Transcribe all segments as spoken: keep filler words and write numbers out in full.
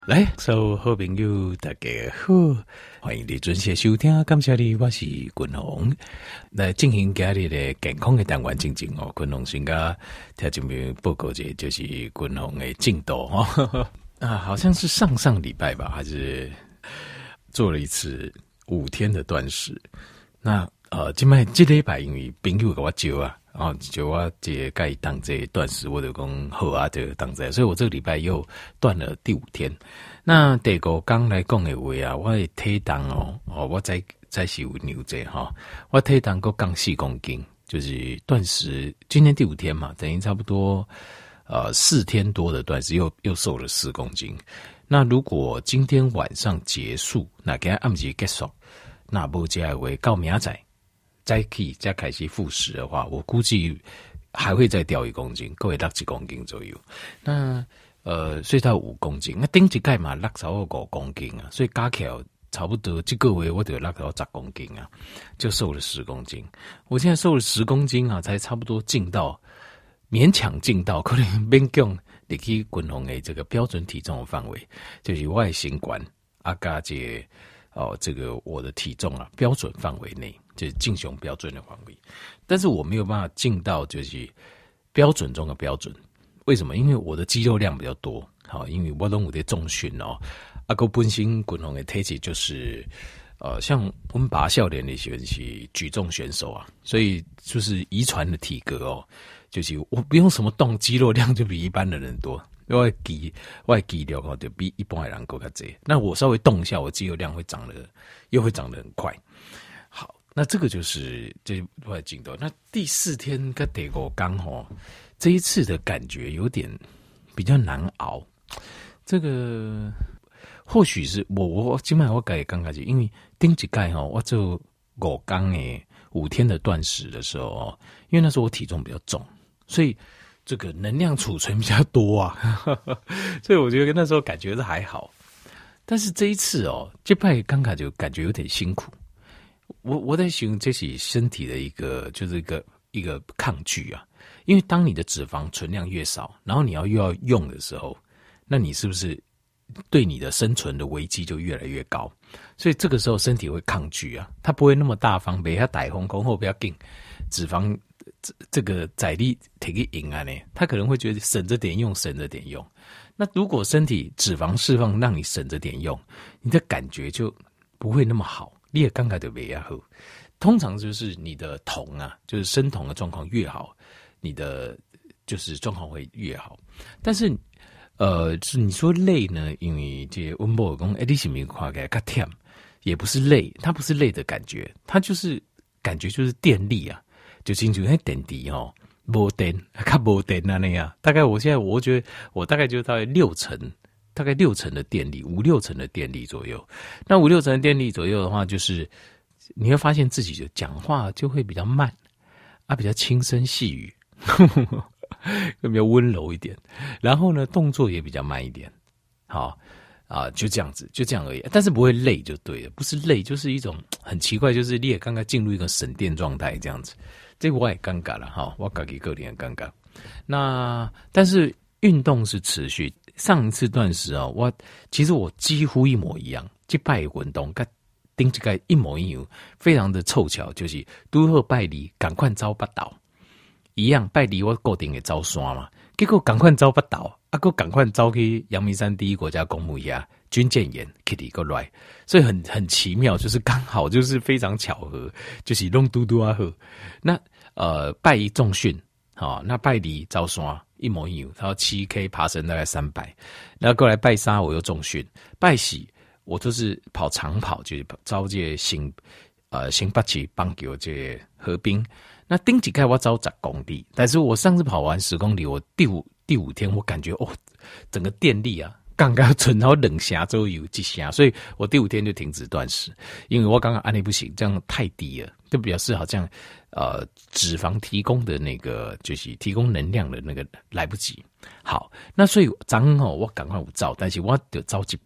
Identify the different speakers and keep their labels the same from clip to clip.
Speaker 1: 来，所有好朋友大家好，欢迎你准时收听，感谢你，我是君鸿。来进行今日的健康的单元进行哦，君鸿先甲听众朋友报告一下，就是君鸿的进度哦。啊，好像是上上礼拜吧，还是做了一次五天的断食。那呃，今摆这礼拜因为朋友给我招啊。哦，就我这该当这断食，我就讲好啊，就当这，所以我这个礼拜又断了第五天。那第五刚来讲的话啊，我的体重哦，哦，我再再是有牛这哈，我体重够降四公斤，就是断食，今天第五天嘛，等于差不多呃四天多的断食，又又瘦了四公斤。那如果今天晚上结束，那今天暗时结束，那无加为到明仔。再可以再开始复食的话，我估计还会再掉一公斤，各位六几公斤左右。那呃，所以到五公斤，那顶一盖嘛，六超过五公斤啊，所以加起来差不多这个月我得六到十公斤啊，就瘦了十公斤。我现在瘦了十公斤啊，才差不多进到勉强进到可能勉强你去均衡的这个标准体重的范围，就是我的身高啊加这哦这个我的体重啊标准范围内。就是进雄标准的范围，但是我没有办法进到就是标准中的标准。为什么？因为我的肌肉量比较多，好，因为我拢有在重训哦，啊，个本身滚红的体质就是呃，像我们拔笑脸那些是举重选手啊，所以就是遗传的体格哦，就是我不用什么动，肌肉量就比一般的人多。我的肌我的肌肉就比一般的人更加多，那我稍微动一下，我肌肉量会长得又会长得很快。好。那这个就是这块镜头。那第四天跟第五刚好这一次的感觉有点比较难熬。这个或许是我我今晚我改刚开始，因为顶一盖哈，我做五刚诶五天的断食的时候，因为那时候我体重比较重，所以这个能量储存比较多啊，所以我觉得那时候感觉是还好。但是这一次哦，这派刚开就感觉有点辛苦。我我在形容这是身体的一个就是一个一个抗拒啊，因为当你的脂肪存量越少，然后你要又要用的时候，那你是不是对你的生存的危机就越来越高？所以这个时候身体会抗拒啊，它不会那么大方，别要逮红空后不要紧，脂肪这这个载力提个赢啊呢，他可能会觉得省着点用，省着点用。那如果身体脂肪释放让你省着点用，你的感觉就不会那么好。你也刚开的没呀好，通常就是你的酮啊，就是生酮的状况越好，你的就是状况会越好。但是，呃，是你说累呢？因为这温博尔讲，哎，你是没看起来较忝，也不是累，它不是累的感觉，它就是感觉就是电力啊，就清楚那电力哦，没电，较没电啊那样。大概我现在我觉得我大概就大概六成。大概六成的电力，五六成的电力左右。那五六成的电力左右的话，就是你会发现自己就讲话就会比较慢啊，比较轻声细语，比较温柔一点。然后呢，动作也比较慢一点。好啊，就这样子，就这样而已。但是不会累就对了，不是累，就是一种很奇怪，就是你也刚刚进入一个省电状态这样子。这个我也尴尬了哈，我自己个人尴尬。那但是运动是持续。上一次断食啊，我其实我几乎一模一样，这拜运动跟顶一个一模一样，非常的凑巧，就是拄好拜离，赶快走北岛一样，拜离我固定的走山嘛，结果赶快走北岛，啊，个赶快走去阳明山第一国家公墓呀，军舰岩 Kitty 个来，所以很很奇妙，就是刚好就是非常巧合，就是弄嘟嘟啊呵，那呃拜一重训，好、哦，那拜离走山。一模一样，然后七 K 爬升大概三百，然后过来拜三我又重训，拜喜我都是跑长跑，就是招这新呃新八旗棒球这河滨。那顶几盖我走十公里，但是我上次跑完十公里，我第五第五天我感觉哦，整个电力啊，刚刚存到两下左右几下，所以我第五天就停止断食，因为我刚刚按那不行，这样太低了，就表示好像。呃，脂肪提供的那个就是提供能量的那个来不及。好，那所以早上哦，我赶快有走，但是我就走一半，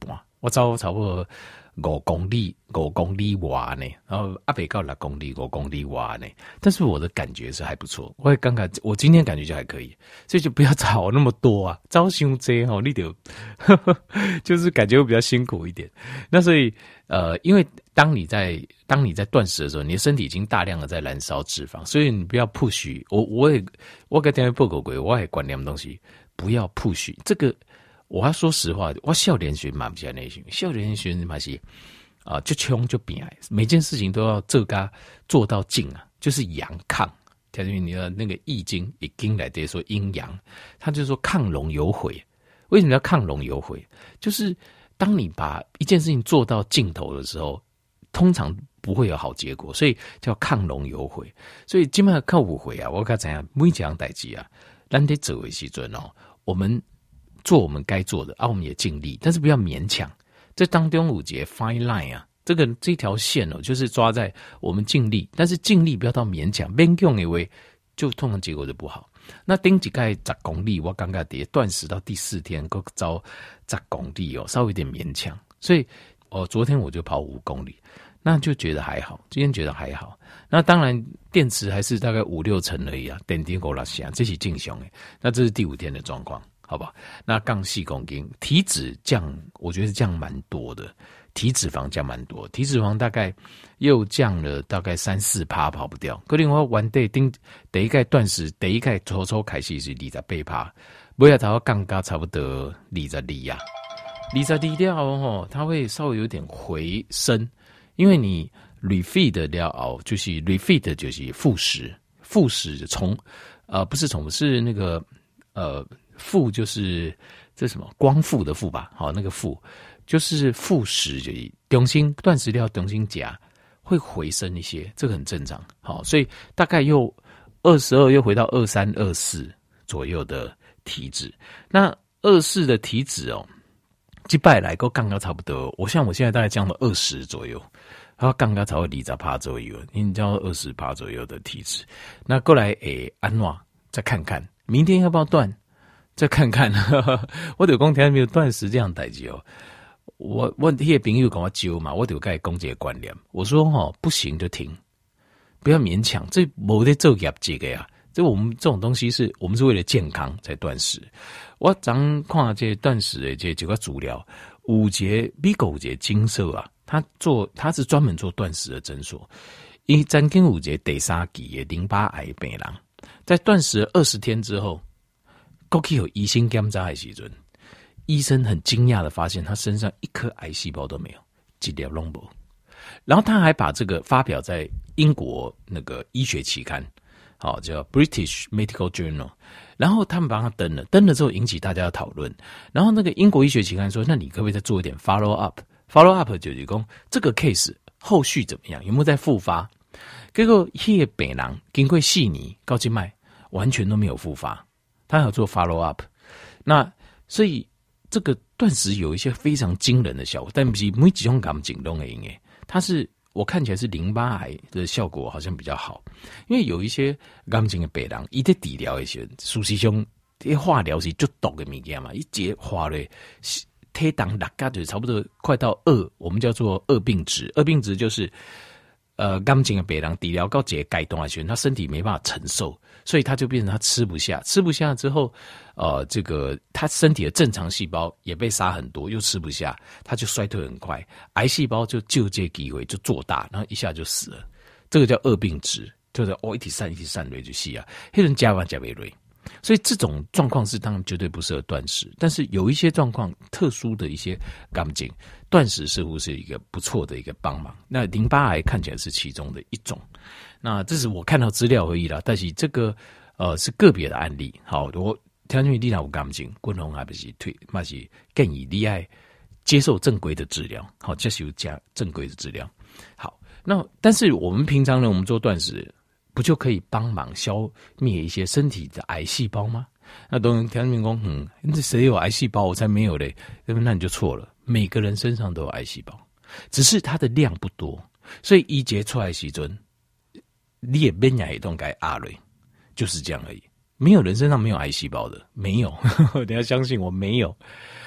Speaker 1: 我走差不多五公里，五公里外呢，然后阿北到六公里，五公里外呢。但是我的感觉是还不错，我也刚刚我今天感觉就还可以，所以就不要找那么多啊，找伤多吼，你就呵呵就是感觉会比较辛苦一点。那所以呃，因为当你在当你在断食的时候，你的身体已经大量的在燃烧脂肪，所以你不要 push。我我也我跟大家报告过，我也管两东西，不要 push 这个。我要说实话，我少年学嘛不是那些，少年学嘛是啊，就穷就变矮，每件事情都要这个做到尽啊，就是阳亢。条件你的那个易经易经来的说阴阳，他就说亢龙有悔。为什么要亢龙有悔？就是当你把一件事情做到尽头的时候，通常不会有好结果，所以叫亢龙有悔。所以基本上靠五回啊，我该怎样每一件代志啊，咱得做的时阵哦，我们。做我们该做的啊，我们也尽力，但是不要勉强。这当中有节 fine line 啊，这个这条线哦，就是抓在我们尽力，但是尽力不要到勉强，勉强以为就通常结果就不好。那顶几盖十公里，我刚刚跌断食到第四天，够招十公里哦，稍微有点勉强。所以哦，昨天我就跑五公里，那就觉得还好，今天觉得还好。那当然电池还是大概五六成而已啊，电池够了下，这是正常的。那这是第五天的状况。好吧，那杠四公斤，体脂降，我觉得降蛮多的，体脂肪降蛮多，体脂肪大概又降了大概三四趴，跑不掉。可另外完day顶第一盖断食，第一盖抽抽开始是二十八趴，不要头杠加差不多二十二呀，二十二掉吼，它会稍微有点回升，因为你 refeed 了后，就是 refeed 就是复食，复食从呃不是从是那个呃。复就是这什么光复的复吧，好，那个复就是复食，就中心断食料中心钾会回升一些，这个很正常。好，所以大概又二十二又回到二三二四左右的体脂。那二四的体脂哦，击败来够刚刚差不多。我像我现在大概降到二十左右，然后刚刚才会二十趴左右，你降到二十趴左右的体脂。那过来诶，安诺再看看明天要不要断。再看看，呵呵我就讲听没有断食这样代志哦。我我那些朋友跟我揪嘛，我就该讲这个观念。我说哈、哦，不行就停，不要勉强。这没得做业绩的呀。这我们这种东西是我们是为了健康才断食。我常看这断食的这几个主料，五节美国五节金色啊，他做他是专门做断食的诊所。因曾经五节第三期的淋巴癌病人，在断食二十天之后。过去有医生检查的时阵，医生很惊讶的发现他身上一颗癌细胞都没有，一粒都没有。然后他还把这个发表在英国那个医学期刊，好叫 British Medical Journal。然后他们帮他登了，登了之后引起大家的讨论。然后那个英国医学期刊说：“那你可不可以再做一点 follow up？follow up 就是说这个 case 后续怎么样，有没有再复发？”结果那个病人经过四年到现在完全都没有复发。他有做 follow up， 那所以这个断食有一些非常惊人的效果，但不是每几种感景都会赢诶。它是我看起来是淋巴癌的效果好像比较好，因为有一些感情的病人，伊在治疗一些，事实上，这化疗是就毒的物件嘛，一节化了体重六加就是差不多快到二，我们叫做二病值，二病值就是。呃，感情的病人治疗到这个阶段的时候，他身体没办法承受，所以他就变成他吃不下，吃不下之后，呃，这个他身体的正常细胞也被杀很多，又吃不下，他就衰退很快，癌细胞就就这机会就做大，然后一下就死了。这个叫恶病值，就是哦一体散一体散类就死啊，黑人加完加倍类。所以这种状况是当然绝对不适合断食，但是有一些状况特殊的一些感情，断食似乎是一个不错的一个帮忙。那淋巴癌看起来是其中的一种，那这是我看到资料而已啦，但是这个呃是个别的案例。好，我条件你若有感情，滚红还不是推，嘛是建议你爱接受正规的治疗。好，这是有加正规的治疗。好，那但是我们平常呢，我们做断食。不就可以帮忙消灭一些身体的癌细胞吗？那当然，田明公，嗯，这谁有癌细胞，我才没有嘞。那你就错了，每个人身上都有癌细胞，只是它的量不多，所以一节出来的时阵，你也免也都该压了，就是这样而已。没有人身上没有癌细胞的，没有，你要相信我没有。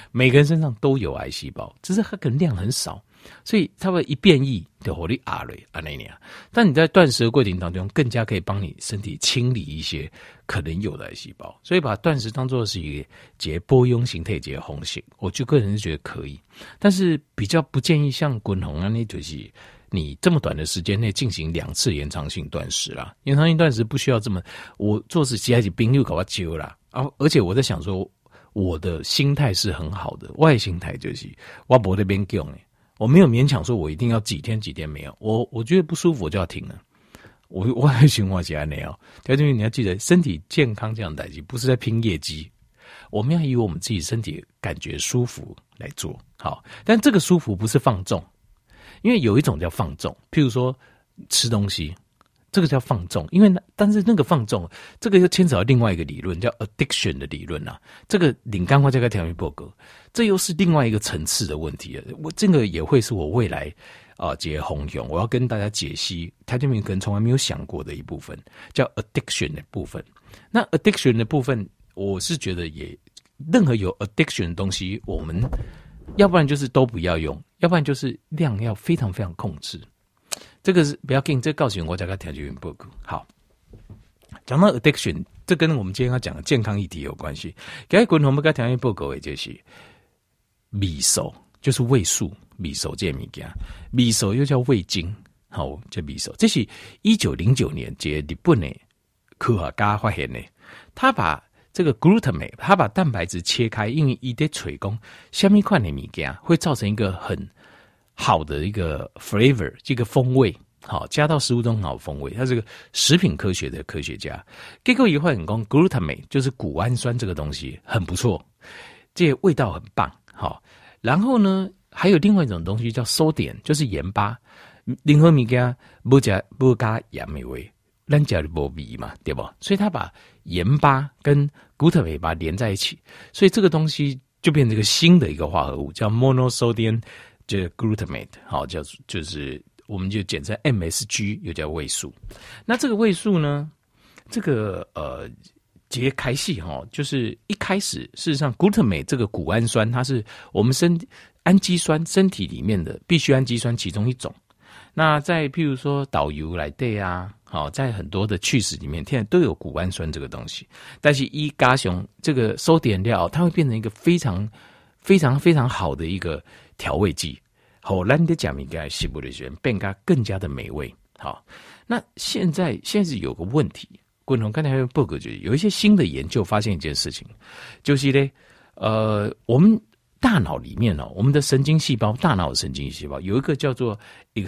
Speaker 1: 每个人身上都有癌细胞，只是它可能量很少，所以它会一变异就火力阿雷阿那尼亚。但你在断食的过程当中，更加可以帮你身体清理一些可能有的癌细胞，所以把断食当作是一个解波庸形态解红型，我就个人是觉得可以，但是比较不建议像滚红啊那就是你这么短的时间内进行两次延长性断食啦，延长性断食不需要这么，我做是其他几冰又搞我揪啦，啊，而且我在想说，我的心态是很好的，我的心态就是我不在那边讲诶，我没有勉强说我一定要几天几天没有，我我觉得不舒服我就要停了，我我还循环起来没有，条件你要记得，身体健康这样的代志不是在拼业绩，我们要以我们自己身体感觉舒服来做好，但这个舒服不是放纵。因为有一种叫放纵，譬如说吃东西，这个叫放纵。因为但是那个放纵，这个又牵扯到另外一个理论，叫 addiction 的理论啊。这个领干化这个条约报告，这又是另外一个层次的问题了。我这个也会是我未来啊解红勇，我要跟大家解析台中民可能从来没有想过的一部分，叫 addiction 的部分。那 addiction 的部分，我是觉得也任何有 addiction 的东西，我们要不然就是都不要用，要不然就是量要非常非常控制。这个是不要紧，这告诉我这个条件报告。好，讲到 addiction， 这跟我们今天要讲的健康议题有关系。今天我们跟条件报告的就是味素，就是味素，味素这物件，味素又叫味精，好，这味素，这是一九零九年这日本的科学家发现的，他把这个 glutamate， 它把蛋白质切开，因为它在吹讲什么款的物件会造成一个很好的一个 flavor， 这个风味，好加到食物中很好的风味。他是个食品科学的科学家，结果以后很讲 glutamate 就是谷氨酸这个东西很不错，这个味道很棒，好。然后呢，还有另外一种东西叫 sodium， 就是盐巴，任何物件不加不加盐的味。咱家的无味嘛，对不？所以他把盐巴跟 glutamate 把它连在一起，所以这个东西就变成一个新的一个化合物，叫 monosodium 就 glutamate， 好，叫就是我们就简称 M S G， 又叫味素。那这个味素呢，这个呃，节开系哈，就是一开始事实上 glutamate 这个谷氨酸，它是我们身氨基酸身体里面的必需氨基酸其中一种。那在譬如说导游来对啊，好，在很多的去食里面，现在都有谷氨酸这个东西。但是一加熊这个收点料，它会变成一个非常非常非常好的一个调味剂，好，让你的假米盖西部的学变加更加的美味。好，那现在现在是有个问题，滚筒刚才报告就是有一些新的研究发现一件事情，就是呢，呃，我们大脑里面哦，我们的神经细胞，大脑的神经细胞有一个叫做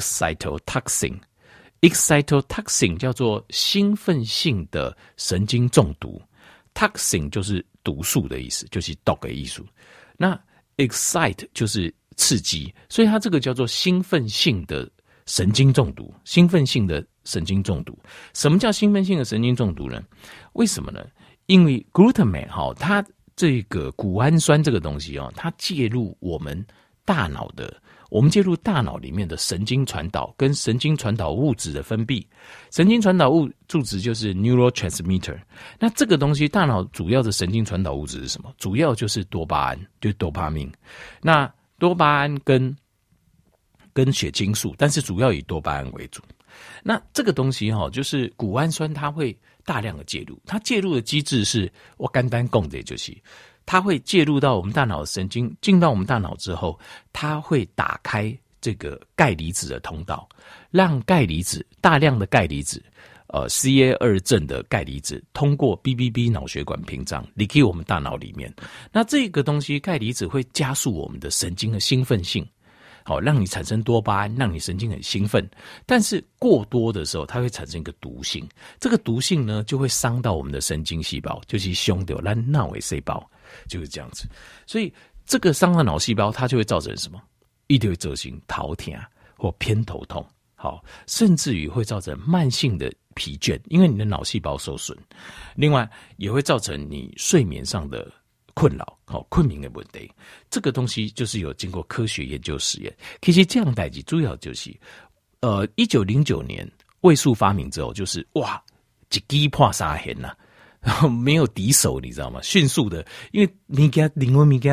Speaker 1: excitotoxin。excitotoxin 叫做兴奋性的神经中毒 ，toxin 就是毒素的意思，就是毒的意思。那 excite 就是刺激，所以它这个叫做兴奋性的神经中毒。兴奋性的神经中毒，什么叫兴奋性的神经中毒呢？为什么呢？因为 glutamate 哈，它这个谷氨酸这个东西哦，它介入我们大脑的。我们介入大脑里面的神经传导跟神经传导物质的分泌，神经传导物质就是 neurotransmitter。那这个东西，大脑主要的神经传导物质是什么？主要就是多巴胺，就是多巴胺。那多巴胺跟跟血清素，但是主要以多巴胺为主。那这个东西哈，就是谷氨酸，它会大量的介入，它介入的机制是我简单讲的，就是。它会介入到我们大脑的神经，进到我们大脑之后，它会打开这个钙离子的通道，让钙离子大量的钙离子，呃 C A 二 正的钙离子通过 B B B 脑血管屏障离开我们大脑里面。那这个东西钙离子会加速我们的神经的兴奋性，好，让你产生多巴胺，让你神经很兴奋。但是过多的时候，它会产生一个毒性，这个毒性呢就会伤到我们的神经细胞，就是伤到咱脑的细胞。就是这样子，所以这个伤到脑细胞，它就会造成什么？一定会造成头痛或偏头痛，好，甚至于会造成慢性的疲倦，因为你的脑细胞受损。另外，也会造成你睡眠上的困扰，好，困眠的问题。这个东西就是有经过科学研究实验。其实这样代志主要就是，呃，一九零九年味素发明之后，就是哇，一击破三弦呐。然后没有敌手，你知道吗？迅速的，因为物件，另外物件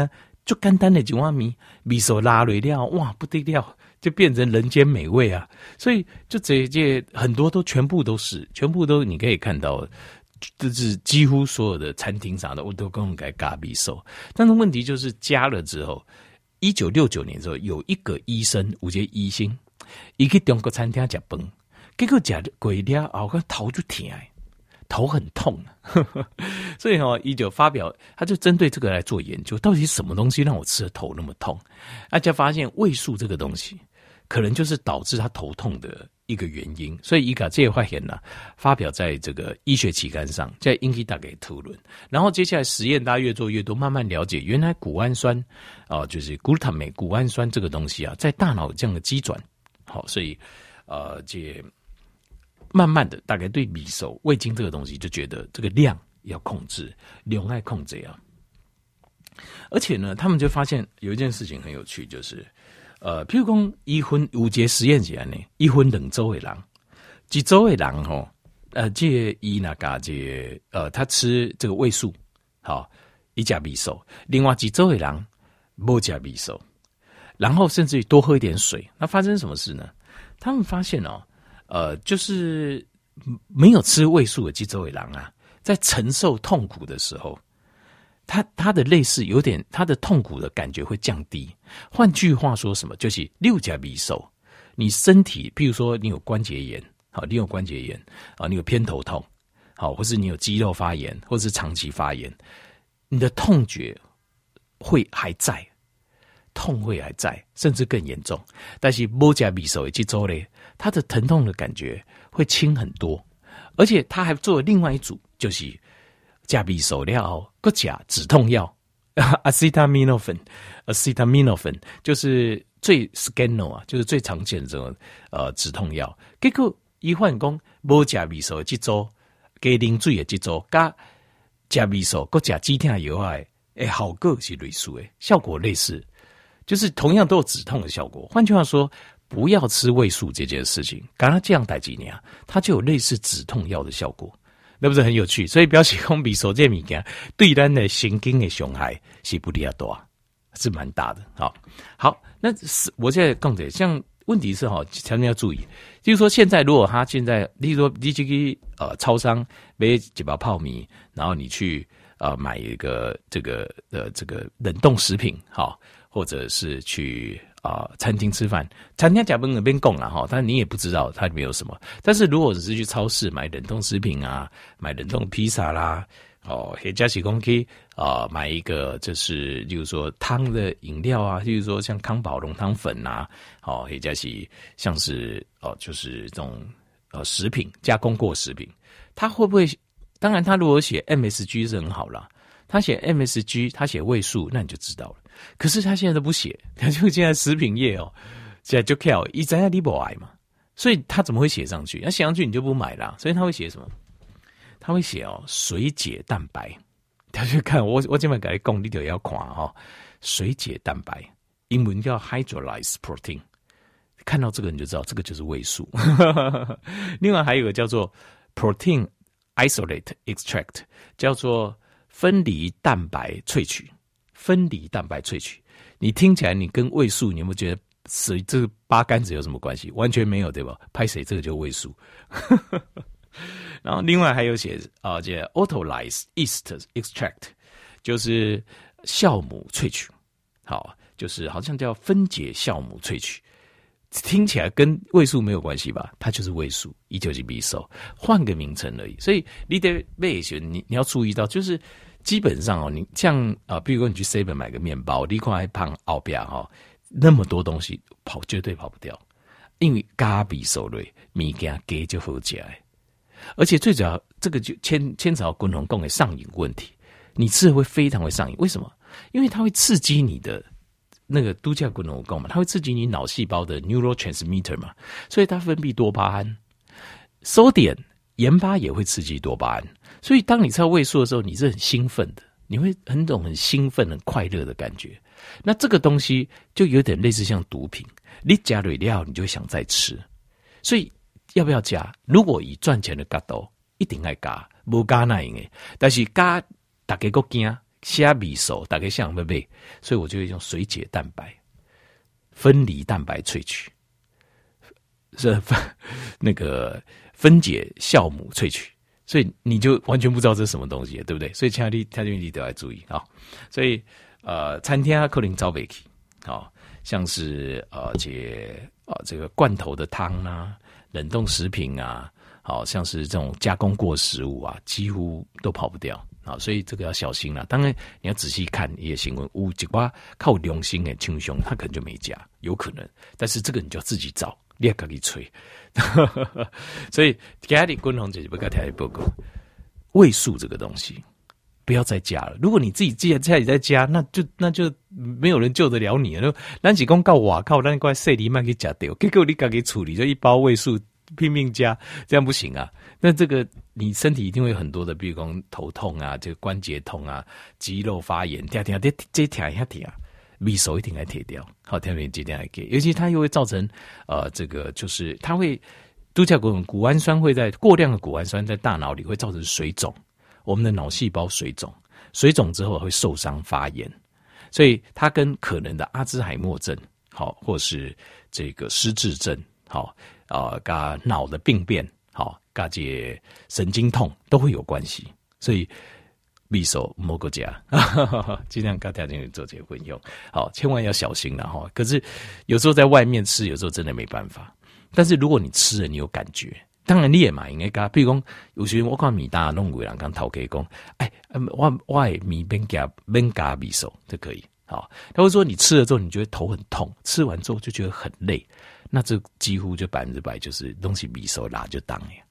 Speaker 1: 就简单的一碗米，米手拉了料，哇，不得了，就变成人间美味啊！所以就这一届很多都全部都是，全部都你可以看到，就是几乎所有的餐厅啥的，我都跟改加米手。但是问题就是加了之后，一九六九年之后，有一个医生，有一个医生，伊去中国餐厅吃饭，结果吃过了后，个头就痛。头很痛，呵呵，所以哦，一九发表，他就针对这个来做研究，到底什么东西让我吃的头那么痛？大家发现胃素这个东西，可能就是导致他头痛的一个原因。所以伊个这个发现呢，发表在这个医学期刊上，在引起大家讨论。然后接下来实验大家越做越多，慢慢了解，原来谷氨酸啊、呃，就是 glutamate 谷氨酸这个东西啊，在大脑有这样的机转。好，所以呃，这。慢慢的，大概对米手味精这个东西就觉得这个量要控制，量爱控制啊。而且呢，他们就发现有一件事情很有趣，就是呃，譬如说一荤五节实验起来呢，一荤两周的人，几周的人吼，呃，这一那个这呃，他吃这个味素，好一加米手，另外几周的人不加米手，然后甚至于多喝一点水，那发生什么事呢？他们发现哦。呃，就是没有吃味素的肌周尾狼啊，在承受痛苦的时候，他他的类似有点，他的痛苦的感觉会降低。换句话说什么，就是六甲匕首，你身体，譬如说你有关节炎，好，你有关节炎啊，你有偏头痛，好，或是你有肌肉发炎，或是长期发炎，你的痛觉会还在。痛会还在，甚至更严重。但是没吃米手的这周嘞，它的疼痛的感觉会轻很多，而且他还做了另外一组，就是吃米手了，搁加止痛药 acetaminophen，acetaminophen 就是最 scano 啊，就是最常见的这种呃止痛药。结果医患讲没吃米手的这周，加啉水的这周，加吃米手搁加止痛药啊，诶，效果是类似的，效果类似。就是同样都有止痛的效果。换句话说，不要吃味素这件事情，刚刚这样带几年啊，它就有类似止痛药的效果，那不是很有趣？所以表示讲比手这物件对咱的神经的伤害是不离啊多，是蛮大的。好，好，那我现在讲的像问题是哈，常常要注意，就是说现在如果他现在，例如说你去个呃超商买几包泡米，然后你去呃买一个这个呃这个冷冻食品，好。或者是去啊、呃、餐厅吃饭，餐厅假不那边供了哈，但你也不知道它里面有什么。但是如果只是去超市买冷冻食品啊，买冷冻披萨啦，哦，或者是讲去啊买一个就是，例如说汤的饮料啊，例如说像康宝浓汤粉啊，哦，或者是像是哦，就是这种呃食品加工过食品，它会不会？当然，它如果写 M S G 是很好啦。他写 M S G， 他写味素，那你就知道了。可是他现在都不写，他就现在食品业哦，现在就靠一直在你不爱嘛，所以他怎么会写上去？那写上去你就不买啦，所以他会写什么？他会写哦，水解蛋白。他就看我，我这边给你讲，你就要看哈，水解蛋白，英文叫 hydrolyzed protein。看到这个你就知道，这个就是味素。另外还有一个叫做 protein isolate extract， 叫做分离蛋白萃取，分离蛋白萃取，你听起来你跟味素，你有没有觉得是这个八竿子有什么关系？完全没有，对吧？拍谁这个就味素。然后另外还有写啊，这 autolyzed yeast extract， 就是酵母萃取，好，就是好像叫分解酵母萃取。听起来跟味素没有关系吧？它就是味素，依旧是匕首，换个名称而已。所以你得背学，你你要注意到，就是基本上哦，你像啊，比如说你去 seven 买个面包，你看还胖奥比亚哈，那么多东西跑绝对跑不掉，因为加匕首类物件加就好吃的，而且最主要这个就牵牵扯到滚筒供的上瘾问题，你吃了会非常会上瘾，为什么？因为它会刺激你的。那个度假滚筒供嘛，它会刺激你脑细胞的 neurotransmitter 嘛，所以它分泌多巴胺。sodium 盐巴也会刺激多巴胺，所以当你吃到味素的时候，你是很兴奋的，你会很种很兴奋、很快乐的感觉。那这个东西就有点类似像毒品，你加了料，你就会想再吃。所以要不要加？如果以赚钱的角度，一定爱加，无加那样的。但是加大家都惊。 虾米手大概像对不对？所以我就会用水解蛋白、分离蛋白萃取，是那个分解酵母萃取，所以你就完全不知道这是什么东西，对不对？所以亲爱的听众你都要注意啊。所以呃，餐厅啊，可能招不起啊，像是呃，这呃这个罐头的汤啊，冷冻食品啊。好像是这种加工过食物啊，几乎都跑不掉啊，所以这个要小心啦。当然你要仔细看一些新闻，有一寡靠良心的亲兄，他可能就没加，有可能，但是这个你就要自己找，你也自己吹。所以今天滚红姐姐不该听报告，味素这个东西不要再加了。如果你自己自己家里在加，那就那就没有人救得了你了。咱是讲到外靠，咱怪细粒慢去吃掉，结果你自己处理，就一包味素。拼命加，这样不行啊！那这个你身体一定会有很多的，比如说头痛啊，这个关节痛啊，肌肉发炎，听听这这听一下听啊，味素一定来贴掉，好，听听这点来给，尤其它又会造成呃，这个就是它会度假谷谷氨酸会在过量的谷氨酸在大脑里会造成水肿，我们的脑细胞水肿，水肿之后会受伤发炎，所以它跟可能的阿兹海默症，好，或是这个失智症，好。啊，跟脑的病变，好，跟这神经痛都会有关系，所以味素某个加，尽量跟大家做这个混用，好，千万要小心了哈。可是有时候在外面吃，有时候真的没办法。但是如果你吃了，你有感觉，当然你也嘛应该加，比如讲，有些我看米大弄鬼人刚头家讲，哎，我我的米边加边加味素就可以，好，他会说你吃了之后，你觉得头很痛，吃完之后就觉得很累。那这几乎就百分之百就是东西味素拉就当呀，